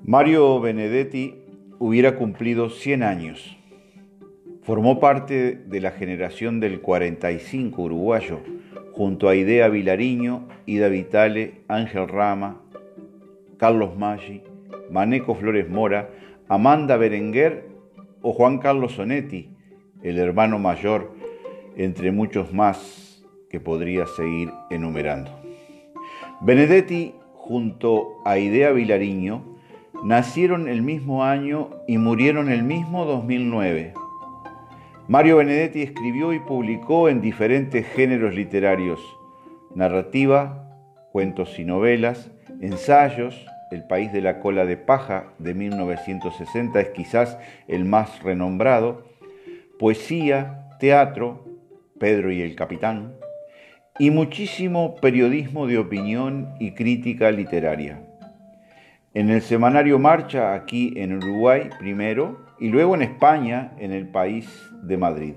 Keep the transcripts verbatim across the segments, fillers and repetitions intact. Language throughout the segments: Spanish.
Mario Benedetti hubiera cumplido cien años. Formó parte de la generación del cuarenta y cinco uruguayo, junto a Idea Vilariño, Ida Vitale, Ángel Rama, Carlos Maggi, Maneco Flores Mora, Amanda Berenguer o Juan Carlos Onetti, el hermano mayor, entre muchos más que podría seguir enumerando. Benedetti, junto a Idea Vilariño, nacieron el mismo año y murieron el mismo dos mil nueve. Mario Benedetti escribió y publicó en diferentes géneros literarios: narrativa, cuentos y novelas, ensayos. El país de la cola de paja de mil novecientos sesenta es quizás el más renombrado, poesía, teatro, Pedro y el Capitán, y muchísimo periodismo de opinión y crítica literaria. En el semanario Marcha, aquí en Uruguay primero, y luego en España, en El País de Madrid.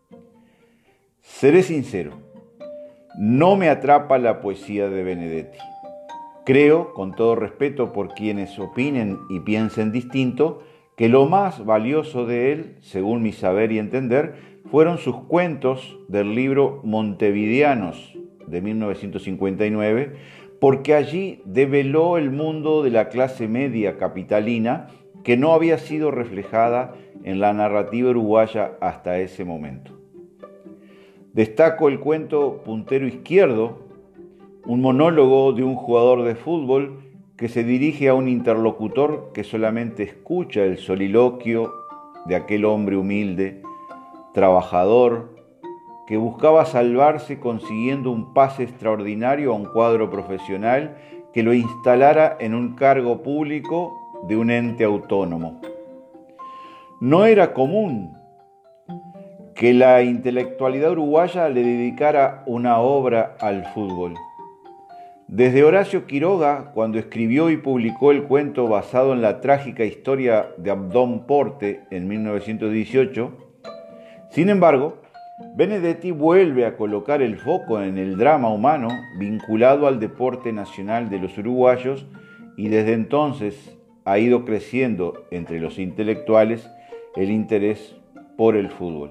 Seré sincero, no me atrapa la poesía de Benedetti. Creo, con todo respeto por quienes opinen y piensen distinto, que lo más valioso de él, según mi saber y entender, fueron sus cuentos del libro Montevideanos de mil novecientos cincuenta y nueve, porque allí develó el mundo de la clase media capitalina que no había sido reflejada en la narrativa uruguaya hasta ese momento. Destaco el cuento Puntero Izquierdo, un monólogo de un jugador de fútbol que se dirige a un interlocutor que solamente escucha el soliloquio de aquel hombre humilde, trabajador, que buscaba salvarse consiguiendo un pase extraordinario a un cuadro profesional que lo instalara en un cargo público de un ente autónomo. No era común que la intelectualidad uruguaya le dedicara una obra al fútbol. Desde Horacio Quiroga, cuando escribió y publicó el cuento basado en la trágica historia de Abdón Porte en mil novecientos dieciocho, sin embargo, Benedetti vuelve a colocar el foco en el drama humano vinculado al deporte nacional de los uruguayos y desde entonces ha ido creciendo entre los intelectuales el interés por el fútbol.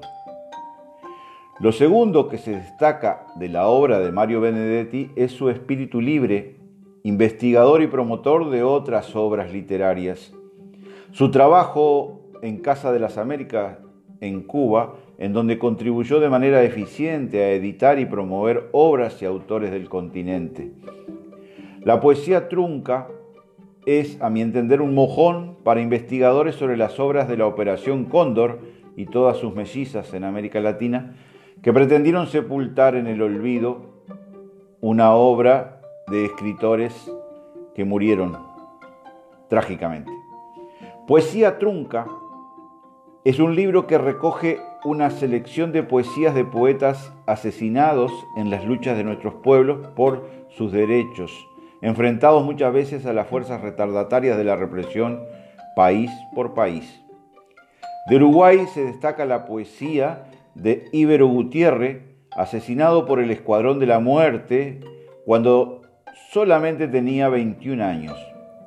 Lo segundo que se destaca de la obra de Mario Benedetti es su espíritu libre, investigador y promotor de otras obras literarias. Su trabajo en Casa de las Américas, en Cuba, en donde contribuyó de manera eficiente a editar y promover obras y autores del continente. La poesía trunca es, a mi entender, un mojón para investigadores sobre las obras de la Operación Cóndor y todas sus mellizas en América Latina, que pretendieron sepultar en el olvido una obra de escritores que murieron trágicamente. Poesía trunca es un libro que recoge una selección de poesías de poetas asesinados en las luchas de nuestros pueblos por sus derechos, enfrentados muchas veces a las fuerzas retardatarias de la represión país por país. De Uruguay se destaca la poesía de Íbero Gutiérrez, asesinado por el Escuadrón de la Muerte cuando solamente tenía veintiún años.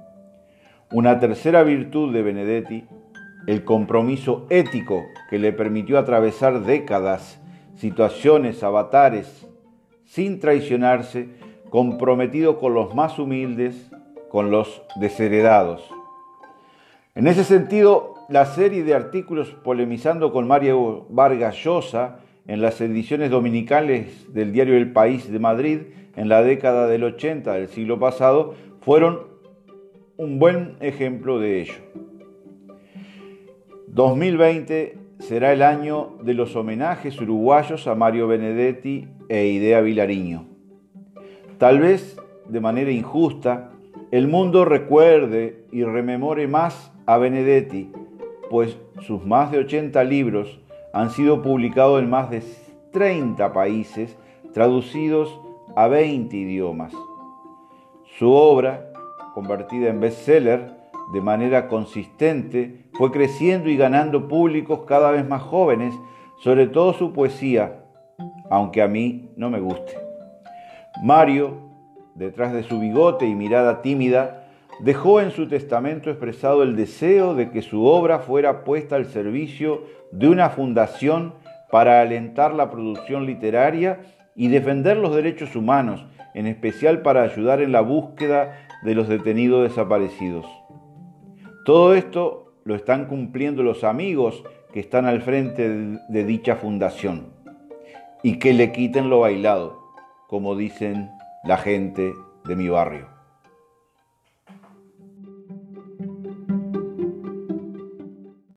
Una tercera virtud de Benedetti, el compromiso ético que le permitió atravesar décadas, situaciones, avatares, sin traicionarse, comprometido con los más humildes, con los desheredados. En ese sentido, la serie de artículos polemizando con Mario Vargas Llosa en las ediciones dominicales del diario El País de Madrid en la década del ochenta del siglo pasado fueron un buen ejemplo de ello. dos mil veinte será el año de los homenajes uruguayos a Mario Benedetti e Idea Vilariño. Tal vez, de manera injusta, el mundo recuerde y rememore más a Benedetti, pues sus más de ochenta libros han sido publicados en más de treinta países, traducidos a veinte idiomas. Su obra, convertida en bestseller de manera consistente, fue creciendo y ganando públicos cada vez más jóvenes, sobre todo su poesía, aunque a mí no me guste. Mario, detrás de su bigote y mirada tímida, Dejó en su testamento expresado el deseo de que su obra fuera puesta al servicio de una fundación para alentar la producción literaria y defender los derechos humanos, en especial para ayudar en la búsqueda de los detenidos desaparecidos. Todo esto lo están cumpliendo los amigos que están al frente de dicha fundación. Y que le quiten lo bailado, como dicen la gente de mi barrio.